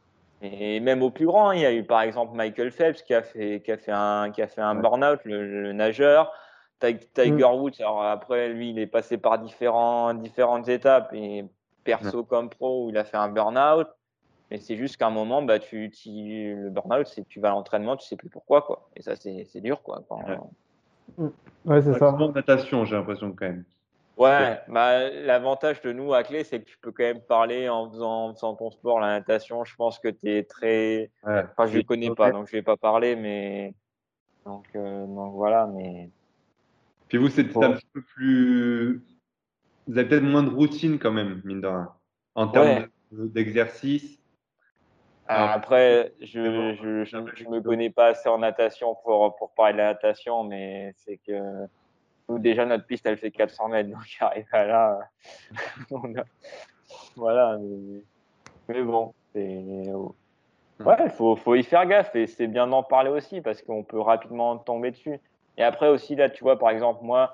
et même au plus grand, hein, il y a eu par exemple Michael Phelps qui a fait, qui a fait un, qui a fait un ouais. burn-out, le, le nageur. Ti- Tiger Mm. Woods, alors après, lui, il est passé par différents, différentes étapes, et Ouais. perso comme pro, où il a fait un burn-out. Mais c'est juste qu'à un moment, bah, tu, tu, le burn-out, c'est que tu vas à l'entraînement, tu sais plus pourquoi, quoi. Et ça, c'est, c'est dur, quoi. Ouais. Quand- Mm. Ouais, c'est Ouais, ça. souvent en natation, j'ai l'impression quand même. C'est- Ouais, bah, l'avantage de nous à Clé, c'est que tu peux quand même parler en faisant, en faisant ton sport, la natation. Je pense que tu es très. Ouais, Enfin, je c'est ne connais pas, isolé. donc je vais pas parler, mais. Donc, euh, donc voilà, mais. Puis vous, c'est peut-être un Bon. petit peu plus. Vous avez peut-être moins de routine quand même, mine de rien, en termes Ouais. de- d'exercice. Alors, Après, c'est bon, je, je, je, un peu je me l'explosion. connais pas assez en natation pour, pour parler de la natation, mais c'est que nous, déjà, notre piste, elle fait quatre cents mètres, donc arrivé à là, on a- voilà. Mais, mais bon, c'est. Ouais, il faut, faut y faire gaffe et c'est bien d'en parler aussi parce qu'on peut rapidement tomber dessus. Et après aussi, là, tu vois, par exemple, moi,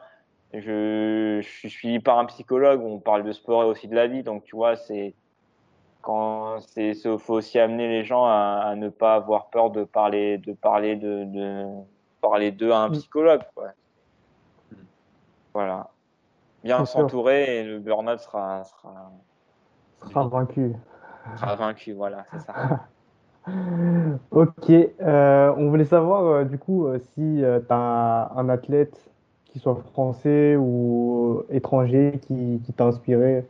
je, je suis suivi par un psychologue où on parle de sport et aussi de la vie. Donc, tu vois, c'est quand c'est, c'est- faut aussi amener les gens à, à ne pas avoir peur de parler, de parler de, de parler d'eux à un Mm. psychologue, quoi. Voilà. Bien C'est sûr. s'entourer et le burn-out sera, sera, Sera vaincu. sera vaincu. Voilà, c'est ça. Ok. Euh, on voulait savoir, euh, du coup, euh, si tu as un, un athlète, qui soit français ou étranger, qui, qui t'a inspiré.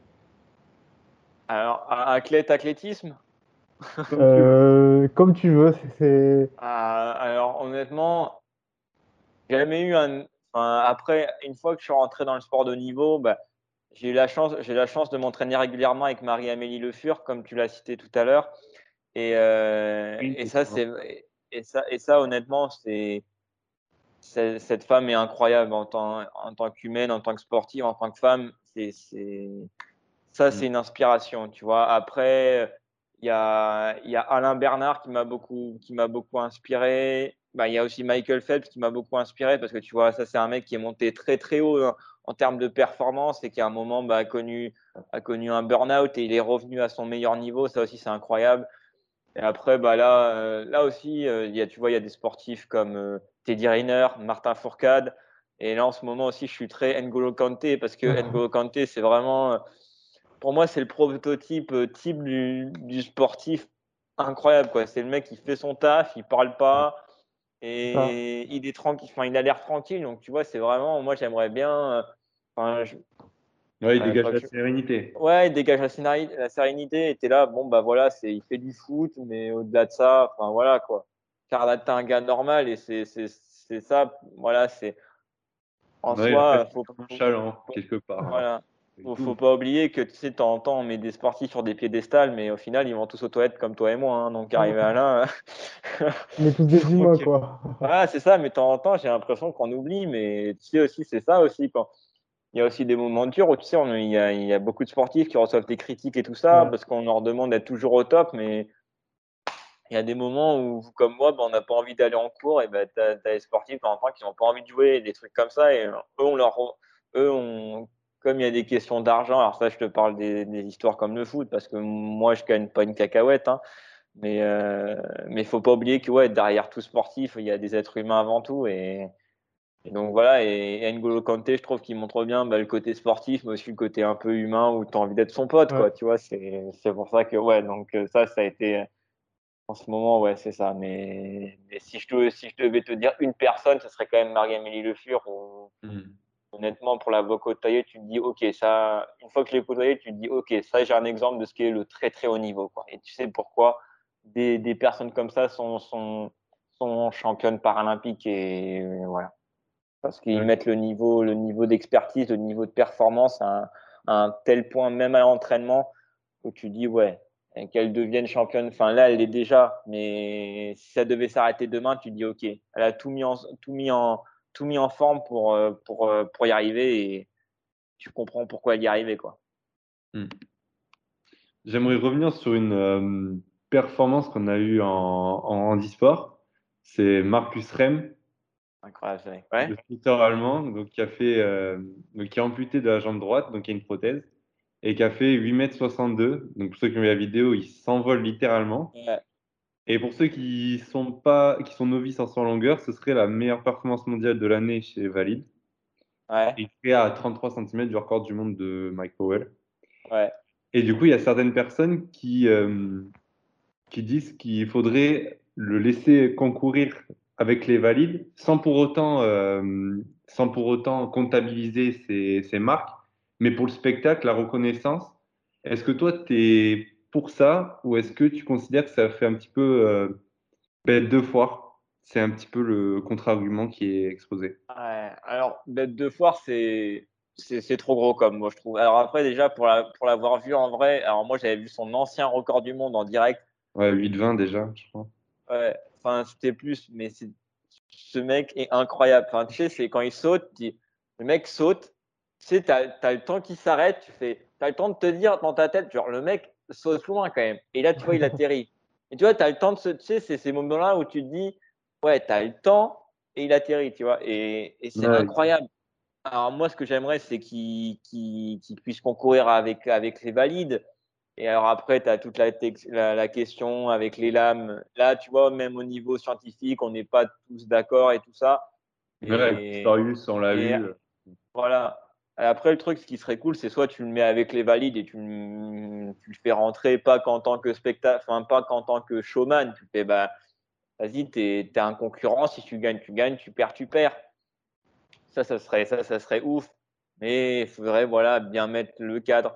Alors, athlète, athlétisme? Comme tu veux. Euh, comme tu veux. c'est c'est- Ah, alors honnêtement, j'ai jamais eu un. Enfin, après, une fois que je suis rentré dans le sport de haut niveau, bah, j'ai eu la chance, j'ai la chance de m'entraîner régulièrement avec Marie-Amélie Le Fur, comme tu l'as cité tout à l'heure. Et, euh, Oui, et c'est ça, ça. c'est et ça et ça, honnêtement, c'est c'est- cette femme est incroyable en tant en tant qu'humaine, en tant que sportive, en tant que femme. C'est c'est ça, Mm. c'est une inspiration, tu vois. Après, il y a, il y a Alain Bernard qui m'a beaucoup, qui m'a beaucoup inspiré. Bah, il y a aussi Michael Phelps qui m'a beaucoup inspiré parce que tu vois, ça, c'est un mec qui est monté très, très haut hein, en termes de performance et qui, à un moment, bah, a connu, a connu un burn-out et il est revenu à son meilleur niveau. Ça aussi, c'est incroyable. Et après, bah, là, euh, là aussi, euh, il y a, tu vois, il y a des sportifs comme euh, Teddy Riner, Martin Fourcade. Et là, en ce moment aussi, je suis très N'Golo Kanté parce que N'Golo Kanté, c'est vraiment, euh, pour moi, c'est le prototype euh, type du, du sportif incroyable, quoi. C'est le mec qui fait son taf, il parle pas c'est ça. et il est tranquille. Enfin, il a l'air tranquille. Donc, tu vois, c'est vraiment, moi, j'aimerais bien. euh, Enfin, je, Ouais, il euh, dégage faudrait la que je- sérénité. ouais, il dégage la, scénari- la sérénité. Et t'es là, bon, bah voilà, c'est, il fait du foot, mais au-delà de ça, enfin, voilà, quoi. Car là, t'es un gars normal et c'est, c'est, c'est ça, voilà, c'est, en Ouais, il a soi, presque faut, un faut- chaland, faut- quelque part. Alors, voilà. c'est Faut, faut tout. pas oublier que tu sais, de temps en temps, on met des sportifs sur des piédestals, mais au final, ils vont tous aux toilettes comme toi et moi. Hein, donc, arriver à là. On est tous des humains, donc, quoi. voilà, c'est ça. Mais de temps en temps, j'ai l'impression qu'on oublie. Mais tu sais aussi, c'est ça aussi. Quand... Il y a aussi des moments durs où tu sais, on, il y a, il y a beaucoup de sportifs qui reçoivent des critiques et tout ça Ouais. parce qu'on leur demande d'être toujours au top. Mais il y a des moments où, comme moi, ben, on n'a pas envie d'aller en cours. Et ben, t'as, t'as des sportifs, de temps en temps, qui n'ont pas envie de jouer, des trucs comme ça. Et eux, on leur, eux, on comme il y a des questions d'argent, alors ça, je te parle des, des histoires comme le foot, parce que moi, je gagne pas une cacahuète, hein, mais euh, mais faut pas oublier que ouais, derrière tout sportif, il y a des êtres humains avant tout, et, et donc voilà. Et, et N'Golo Kanté, je trouve qu'il montre bien bah, le côté sportif, mais aussi le côté un peu humain où tu as envie d'être son pote, Ouais. quoi. Tu vois, c'est c'est pour ça que ouais, donc euh, ça, ça a été en ce moment, ouais, c'est ça. Mais, mais si je te, si je devais te dire une personne, ce serait quand même Marie-Amélie Le Fur. Où, Hmm. honnêtement, pour la voix côtoyée, tu te dis, ok, ça, une fois que je l'ai côtoyé, tu te dis, ok, ça, j'ai un exemple de ce qui est le très très haut niveau, quoi. Et tu sais pourquoi des, des personnes comme ça sont, sont, sont championnes paralympiques et euh, voilà. Parce qu'ils Ouais. mettent le niveau, le niveau d'expertise, le niveau de performance à un, à un tel point, même à l'entraînement, où tu dis, ouais, et qu'elle devienne championne. Enfin, là, elle l'est déjà, mais si ça devait s'arrêter demain, tu dis, OK, elle a tout mis en, tout mis en, tout mis en forme pour, euh, pour, euh, pour y arriver et tu comprends pourquoi elle y arrivait, quoi. Hmm. J'aimerais revenir sur une euh, performance qu'on a eue en, en handisport. C'est Marcus Rem, Incroyable, c'est vrai. le Ouais, snooker allemand, donc, qui a fait, euh, donc, qui est amputé de la jambe droite, donc qui a une prothèse, et qui a fait huit mètres soixante-deux. Donc pour ceux qui ont vu la vidéo, il s'envole littéralement. ouais, Et pour ceux qui sont pas, qui sont novices en saut en longueur, ce serait la meilleure performance mondiale de l'année chez Valide. ouais, Il fait à trente-trois centimètres du record du monde de Mike Powell. ouais. Et du coup, il y a certaines personnes qui, euh, qui disent qu'il faudrait le laisser concourir avec les valides sans pour autant, euh, sans pour autant comptabiliser ses, ses marques, mais pour le spectacle, la reconnaissance. Est-ce que toi, tu es pour ça ou est-ce que tu considères que ça fait un petit peu euh, bête de foire? C'est un petit peu le contre-argument qui est exposé. Ouais. Alors, bête de foire, c'est, c'est, c'est trop gros comme moi, je trouve. Alors après, déjà, pour la, pour l'avoir vu en vrai, alors moi, j'avais vu son ancien record du monde en direct. Ouais, huit vingt déjà, je crois. Ouais, enfin, c'était plus, mais c'est, ce mec est incroyable. Enfin, tu sais, c'est quand il saute, tu- le mec saute, tu sais, t'as, t'as le temps qu'il s'arrête, tu fais, t'as le temps de te dire dans ta tête, genre, le mec saute loin quand même. Et là, tu vois, il atterrit. Et tu vois, t'as le temps de se, tu sais, c'est ces moments-là où tu te dis, ouais, t'as le temps et il atterrit, tu vois. Et, et c'est Ouais, incroyable. Alors, moi, ce que j'aimerais, c'est qu'il, qu'il, qu'il puisse concourir avec, avec les valides. Et alors après, tu as toute la, tex- la, la question avec les lames. Là, tu vois, même au niveau scientifique, on n'est pas tous d'accord et tout ça. ouais, Et, Pistorius, on l'a et eu. voilà. Et après, le truc, ce qui serait cool, c'est soit tu le mets avec les valides et tu, le- tu le fais rentrer pas qu'en tant que spectacle, enfin pas qu'en tant que showman. Tu fais, bah, vas-y, t'es, t'es un concurrent. Si tu gagnes, tu gagnes. Tu perds, tu perds. Ça, ça serait, ça, ça serait ouf. Mais il faudrait, voilà, bien mettre le cadre.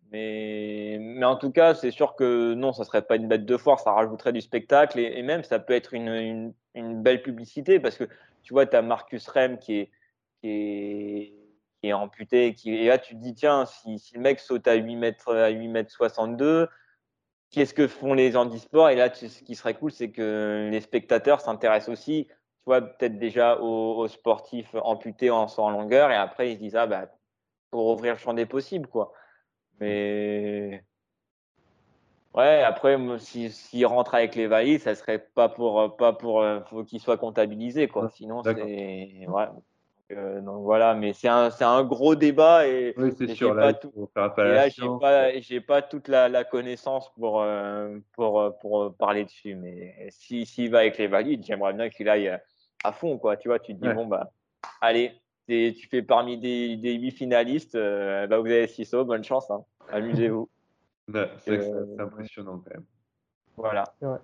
Mais, mais en tout cas, c'est sûr que non, ça serait pas une bête de foire, ça rajouterait du spectacle et, et même ça peut être une, une, une belle publicité parce que tu vois, tu as Marcus Rem qui est, qui est, qui est amputé. Qui, et là, tu te dis, tiens, si, si le mec saute à huit mètres, à huit mètres soixante-deux, qu'est-ce que font les handisports? Et là, tu- ce qui serait cool, c'est que les spectateurs s'intéressent aussi, tu vois, peut-être déjà aux, aux sportifs amputés en saut en longueur, et après ils se disent, ah bah, pour ouvrir le champ des possibles, quoi. Mais ouais, après, moi, si, s'il rentre avec les valises, ça serait pas pour, pas pour, euh, faut qu'il soit comptabilisé, quoi. Ouais, Sinon, d'accord. c'est, ouais. Donc, euh, donc voilà, mais c'est un, c'est un gros débat et, Oui, c'est et j'ai sûr. Là, pas il tout. faut faire appel Et à la là, j'ai science. pas, j'ai pas toute la, la connaissance pour, euh, pour, euh, pour euh, parler dessus. Mais si, s'il va avec les valides, j'aimerais bien qu'il aille euh, à fond, quoi. Tu vois, tu te dis, Ouais. bon, bah, allez, t'es- tu fais parmi des, des huit finalistes, euh, bah, vous avez six sauts, bonne chance, hein. Amusez-vous. Ouais, c'est vrai que c'est c'est Euh, impressionnant quand même. voilà. Ouais.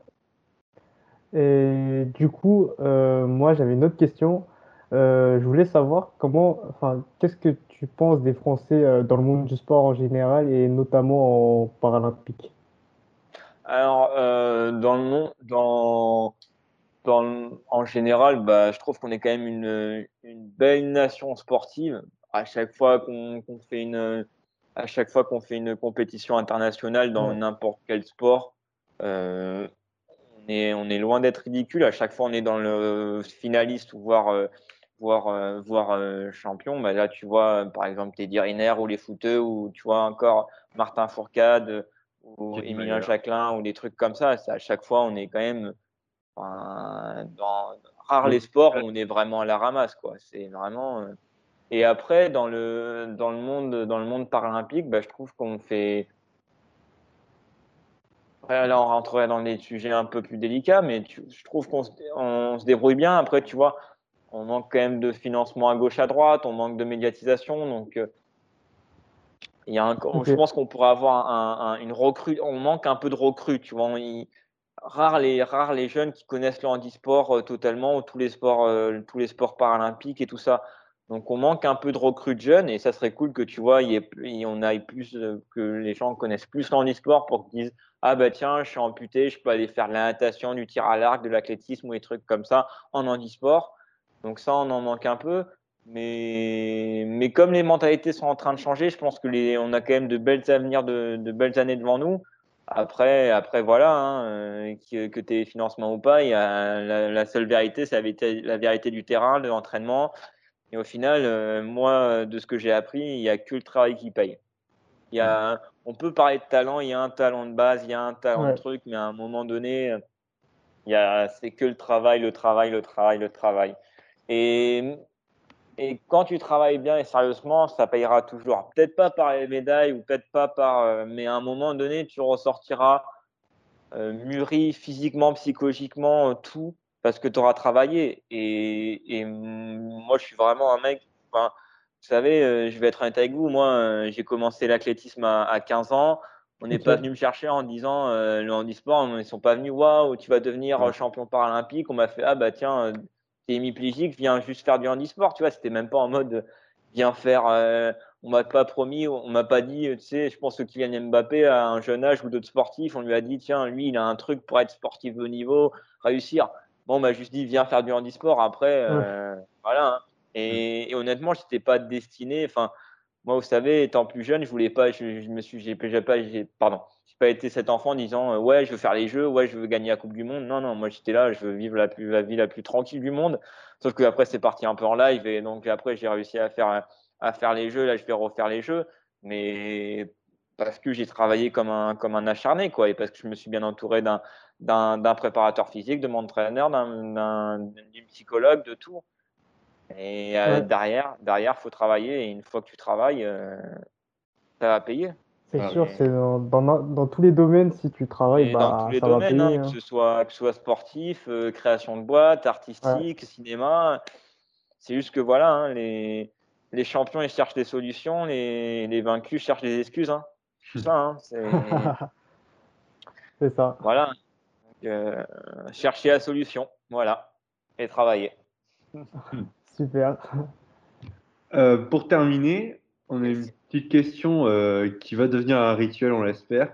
Et du coup, euh, moi, j'avais une autre question. Euh, je voulais savoir comment, enfin, qu'est-ce que tu penses des Français euh, dans le monde du sport en général et notamment en paralympique? Alors, euh, dans le monde, dans, dans le- en général, bah, je trouve qu'on est quand même une, une belle nation sportive. À chaque fois qu'on qu'on fait une, à chaque fois qu'on fait une compétition internationale dans Ouais. n'importe quel sport, euh, on est, on est loin d'être ridicule. À chaque fois, on est dans le finaliste ou voire, euh, voire, euh, voire euh, champion. Bah, là, tu vois, par exemple, Teddy Riner ou les footeux ou tu vois encore Martin Fourcade ou Gary Emilien Mayer. Jacquelin ou des trucs comme ça. C'est à chaque fois, on est quand même enfin, dans rares les Donc, sports où on est vraiment à la ramasse, quoi. C'est vraiment. euh, Et après, dans le, dans le monde, dans le monde paralympique, bah, je trouve qu'on fait. Après, là, on rentrerait dans des sujets un peu plus délicats, mais tu- je trouve qu'on se, on se débrouille bien. Après, tu vois, on manque quand même de financement à gauche, à droite, on manque de médiatisation. Donc, euh, il y a un, je Ok. pense qu'on pourrait avoir un, un- une recrue. On manque un peu de recrues, tu vois. On- il- rares les, rares les jeunes qui connaissent le handisport euh, totalement, ou tous les sports, euh, tous les sports paralympiques et tout ça. Donc, on manque un peu de recrues de jeunes, et ça serait cool que tu vois, il y ait, plus- il- on aille plus, euh, que les gens connaissent plus le handisport pour qu'ils disent, ah bah tiens, je suis amputé, je peux aller faire de la natation, du tir à l'arc, de l'athlétisme ou des trucs comme ça en handisport. Donc ça, on en manque un peu. Mais, mais comme les mentalités sont en train de changer, je pense que les, on a quand même de belles avenirs, de, de belles années devant nous. Après, après voilà, hein, euh, que, que tu aies financement ou pas, il y a la, la seule vérité, c'est la vérité, la vérité du terrain, de l'entraînement. Et au final, euh, moi, de ce que j'ai appris, il n'y a que le travail qui paye. Il y a, on peut parler de talent, il y a un talent de base, il y a un talent de Ouais. truc, mais à un moment donné, il y a, c'est que le travail, le travail, le travail, le travail. Et et quand tu travailles bien et sérieusement, ça payera toujours. Peut-être pas par les médailles ou peut-être pas par, euh, mais à un moment donné, tu ressortiras euh, mûri physiquement, psychologiquement, euh, tout, parce que tu auras travaillé. Et, et moi, je suis vraiment un mec. Enfin, vous savez, euh, je vais être honnête avec vous. Moi, euh, j'ai commencé l'athlétisme à, à quinze ans. On n'est pas Ok. venu me chercher en disant euh, le handisport. Ils sont pas venus. Waouh, tu vas devenir euh, Ouais. champion paralympique. On m'a fait ah bah tiens, euh, t'es hémiplégique, viens juste faire du handisport. Tu vois, c'était même pas en mode euh, viens faire. Euh, on m'a pas promis, on m'a pas dit, tu sais, je pense que Kylian Mbappé à un jeune âge ou d'autres sportifs, on lui a dit, tiens, lui, il a un truc pour être sportif de haut niveau, réussir. Bon, on m'a juste dit, viens faire du handisport. Après, Ouais. euh, voilà. Hein. Et, et honnêtement, j'étais pas destiné. Enfin, moi, vous savez, étant plus jeune, je voulais pas, je, je me suis, j'ai j'ai pas, j'ai, pardon, j'ai pas été cet enfant en disant, euh, ouais, je veux faire les jeux, ouais, je veux gagner la Coupe du Monde. Non, non, moi, j'étais là, je veux vivre la plus, la vie la plus tranquille du monde. Sauf que après, c'est parti un peu en live et donc après, j'ai réussi à faire à faire les jeux. Là, je vais refaire les jeux, mais parce que j'ai travaillé comme un, comme un acharné, quoi, et parce que je me suis bien entouré d'un, d'un, d'un préparateur physique, de mon entraîneur, d'un, d'un, d'un psychologue, de tout. Et euh, Ouais. derrière, derrière, faut travailler, et une fois que tu travailles, euh, ça va payer. C'est Ah, sûr, Et, c'est dans, dans, dans tous les domaines, si tu travailles, et dans tous bah, les ça va domaines, payer, hein, que hein. ce soit, que ce soit sportif, euh, création de boîte, Ouais. artistique, cinéma. C'est juste que voilà, hein, les, les champions ils cherchent des solutions, les, les vaincus cherchent des excuses. Hein. C'est ça, hein, c'est C'est ça. voilà. Donc, euh, chercher la solution, voilà, et travailler. Super. Euh, pour terminer, on a une Yes. petite question euh, qui va devenir un rituel, on l'espère.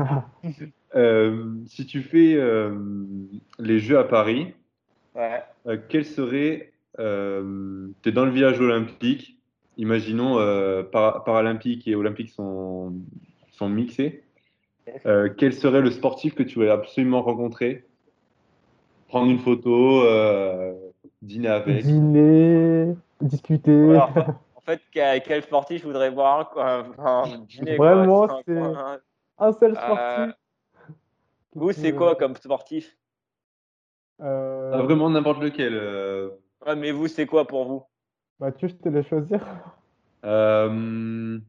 Euh, si tu fais euh, les Jeux à Paris, Ouais. euh, quel serait, euh, tu es dans le village olympique, imaginons euh, para- paralympique et olympique sont, sont mixés. Euh, quel serait le sportif que tu voulais absolument rencontrer, prendre une photo, euh, dîner avec? Dîner, discuter. Voilà, en fait, en fait, quel, quel sportif je voudrais voir quoi, enfin, dîner quoi. Vraiment, Enfin, c'est enfin, un seul euh, sportif que vous, tu c'est veux quoi voir. comme sportif? Ah, Euh, vraiment n'importe lequel. euh, Ouais, mais vous, c'est quoi pour vous? Mathieu, je te laisse choisir. euh,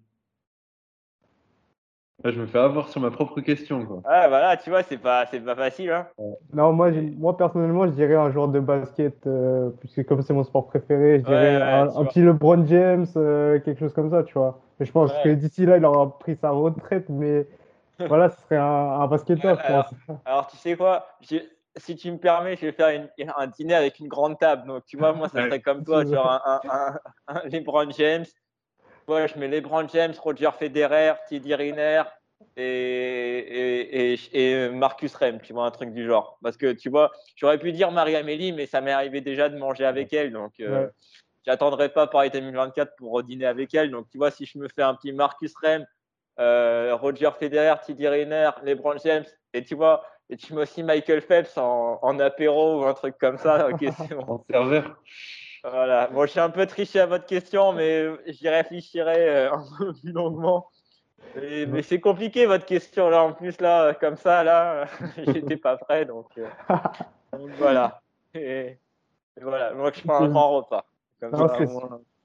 là, je me fais avoir sur ma propre question, quoi. Ah, voilà, tu vois, c'est pas, c'est pas facile, hein. Non, moi, j'ai- Et- moi personnellement, je dirais un joueur de basket, euh, puisque comme c'est mon sport préféré, je Ouais, dirais ouais, un, tu un vois. petit LeBron James, euh, quelque chose comme ça, tu vois. Et je pense que Ouais. d'ici là, il aura pris sa retraite, mais voilà, ce serait un, un basketteur, je pense. Alors, alors, tu sais quoi? J'ai- Si tu me permets, je vais faire une- un dîner avec une grande table. Donc, tu vois, moi, ça Ouais. serait comme Si tu toi, veux. genre un, un, un, un LeBron James. Ouais, je mets LeBron James, Roger Federer, Teddy Riner et, et, et, et Marcus Rem, tu vois, un truc du genre. Parce que, tu vois, j'aurais pu dire Marie-Amélie, mais ça m'est arrivé déjà de manger avec elle. Donc, euh, Ouais. j'attendrai pas Paris deux mille vingt-quatre pour dîner avec elle. Donc, tu vois, si je me fais un petit Marcus Rem, euh, Roger Federer, Teddy Riner, LeBron James, et tu vois, et tu mets aussi Michael Phelps en, en apéro ou un truc comme ça, ok, c'est bon. En serveur. Voilà. Bon, j'ai un peu triché à votre question, mais j'y réfléchirai euh, un peu plus longuement. Et- mais c'est compliqué votre question là, en plus là, comme ça là, j'étais pas prêt, donc, euh, donc voilà. Et, et voilà. Moi, je prends un Ok. grand repas, comme Non, ça c'est au su- moins.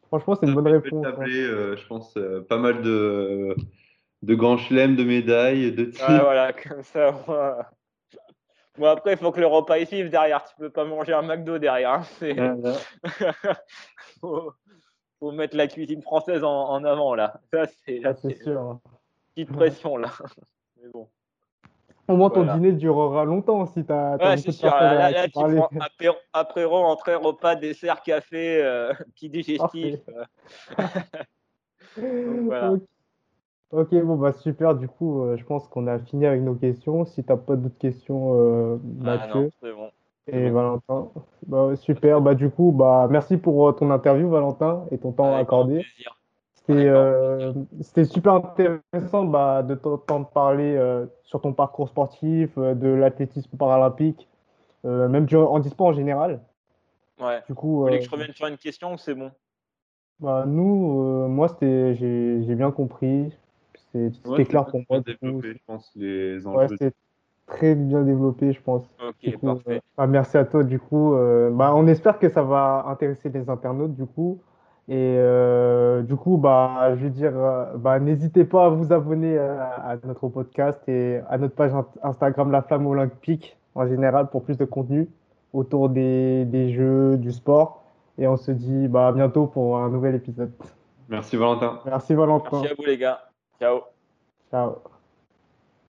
Franchement, c'est une Ça bonne fait une belle réponse, hein. tablée, euh, je pense, euh, pas mal de, de grands chelems, de médailles, de Ouais, titres. voilà, comme ça. Moi. Bon, après, il faut que le repas y suive derrière. Tu peux pas manger un McDo derrière. Hein. C'est... Voilà. faut, faut mettre la cuisine française en, en avant, là. Ça, c'est, là, Ah, c'est c'est sûr, hein. petite pression, là. Mais bon, Au moins, ton voilà. dîner durera longtemps si tu as Ouais, beaucoup c'est de sûr. personnes Là, à là, à là, qui tu parler. prends apéro, apéro, entrée, repas, dessert, café, euh, petit digestif. Parfait. euh. Donc, voilà. Ok, ok, bon, bah super. Du coup, euh, je pense qu'on a fini avec nos questions. Si tu n'as pas d'autres questions, euh, Ah non, Mathieu c'est bon. C'est et bon. Valentin, bah, ouais, super. Bah, du coup, bah, merci pour euh, ton interview, Valentin, et ton temps Avec grand accordé. plaisir. C'était Avec grand euh, plaisir. c'était super intéressant bah, de t'entendre parler euh, sur ton parcours sportif, euh, de l'athlétisme paralympique, euh, même du handisport en général. Ouais. Du Vous coup, voulez euh, que je revienne sur une question ou c'est bon? bah, nous, euh, moi, c'était, j'ai, j'ai bien compris. C'est- Ouais, C'était c'est clair très pour moi, bien du coup. développé, je pense, les Ouais, enjeux. c'était très bien développé, je pense. Du Ok, coup, euh, parfait. bah, merci à toi, du coup. Euh, bah, on espère que ça va intéresser les internautes, du coup. Et euh, du coup, bah, je veux dire, euh, bah, n'hésitez pas à vous abonner à, à notre podcast et à notre page int- Instagram La Flamme Olympique en général pour plus de contenu autour des, des jeux, du sport. Et on se dit bah, à bientôt pour un nouvel épisode. Merci Valentin. Merci Merci Valentin. à vous, les gars. Ciao. Ciao.